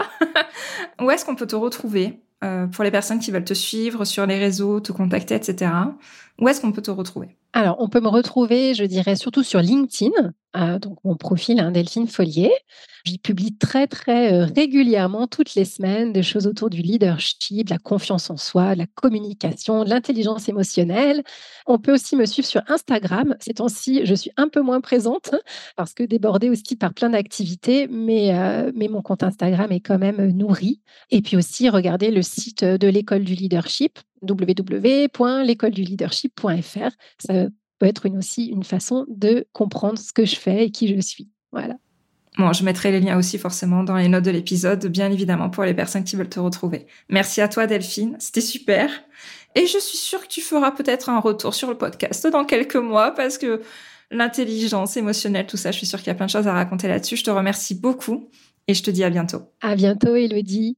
Speaker 1: Où est-ce qu'on peut te retrouver euh, pour les personnes qui veulent te suivre sur les réseaux, te contacter, et cetera. Où est-ce qu'on peut te retrouver?
Speaker 2: Alors, on peut me retrouver, je dirais, surtout sur LinkedIn, euh, donc mon profil, hein, Delphine Follier. J'y publie très, très euh, régulièrement, toutes les semaines, des choses autour du leadership, de la confiance en soi, de la communication, de l'intelligence émotionnelle. On peut aussi me suivre sur Instagram. Ces temps-ci, je suis un peu moins présente parce que débordée aussi par plein d'activités, mais, euh, mais mon compte Instagram est quand même nourri. Et puis aussi, regardez le site de l'école du leadership, w w w point l'école du leadership point f r. Ça peut être une, aussi une façon de comprendre ce que je fais et qui je suis. Voilà.
Speaker 1: Bon, je mettrai les liens aussi forcément dans les notes de l'épisode, bien évidemment, pour les personnes qui veulent te retrouver. Merci à toi, Delphine. C'était super. Et je suis sûre que tu feras peut-être un retour sur le podcast dans quelques mois parce que l'intelligence émotionnelle, tout ça, je suis sûre qu'il y a plein de choses à raconter là-dessus. Je te remercie beaucoup et je te dis à bientôt.
Speaker 2: À bientôt, Élodie.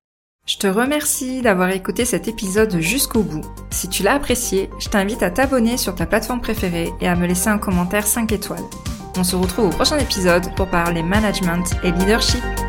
Speaker 1: Je te remercie d'avoir écouté cet épisode jusqu'au bout. Si tu l'as apprécié, je t'invite à t'abonner sur ta plateforme préférée et à me laisser un commentaire cinq étoiles. On se retrouve au prochain épisode pour parler management et leadership.